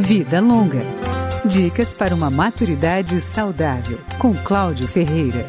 Vida Longa. Dicas para uma maturidade saudável, com Cláudio Ferreira.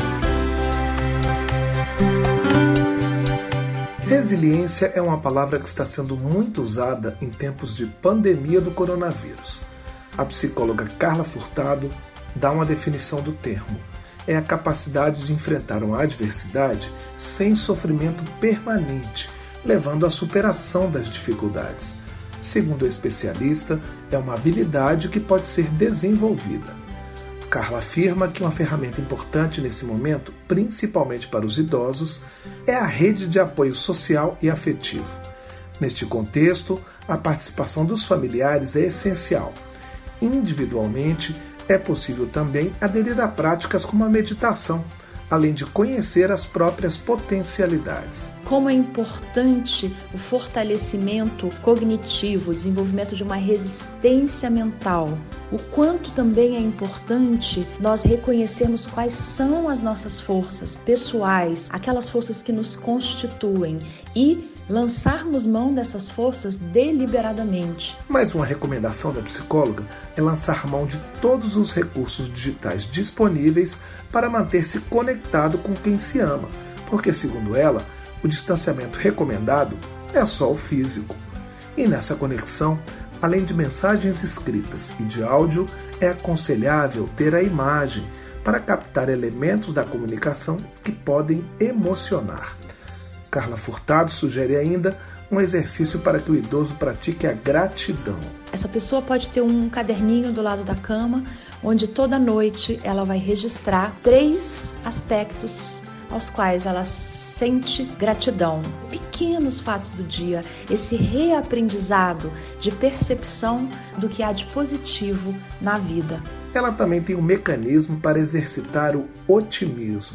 Resiliência é uma palavra que está sendo muito usada em tempos de pandemia do coronavírus. A psicóloga Carla Furtado dá uma definição do termo. É a capacidade de enfrentar uma adversidade sem sofrimento permanente, levando à superação das dificuldades. Segundo a especialista, é uma habilidade que pode ser desenvolvida. Carla afirma que uma ferramenta importante nesse momento, principalmente para os idosos, é a rede de apoio social e afetivo. Neste contexto, a participação dos familiares é essencial. Individualmente, é possível também aderir a práticas como a meditação, além de conhecer as próprias potencialidades. Como é importante o fortalecimento cognitivo, o desenvolvimento de uma resistência mental. O quanto também é importante nós reconhecermos quais são as nossas forças pessoais, aquelas forças que nos constituem e lançarmos mão dessas forças deliberadamente. Mais uma recomendação da psicóloga é lançar mão de todos os recursos digitais disponíveis para manter-se conectado com quem se ama, porque, segundo ela, o distanciamento recomendado é só o físico. E nessa conexão, além de mensagens escritas e de áudio, é aconselhável ter a imagem para captar elementos da comunicação que podem emocionar. Carla Furtado sugere ainda um exercício para que o idoso pratique a gratidão. Essa pessoa pode ter um caderninho do lado da cama, onde toda noite ela vai registrar 3 aspectos aos quais ela sente gratidão. Pequenos fatos do dia, esse reaprendizado de percepção do que há de positivo na vida. Ela também tem um mecanismo para exercitar o otimismo.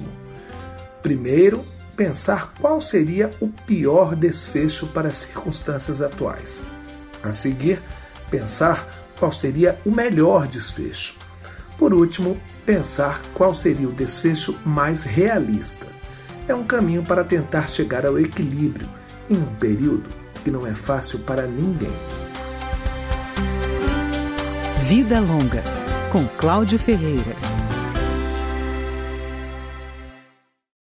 Primeiro, pensar qual seria o pior desfecho para as circunstâncias atuais. A seguir, pensar qual seria o melhor desfecho. Por último, pensar qual seria o desfecho mais realista. É um caminho para tentar chegar ao equilíbrio em um período que não é fácil para ninguém. Vida Longa, com Cláudio Ferreira.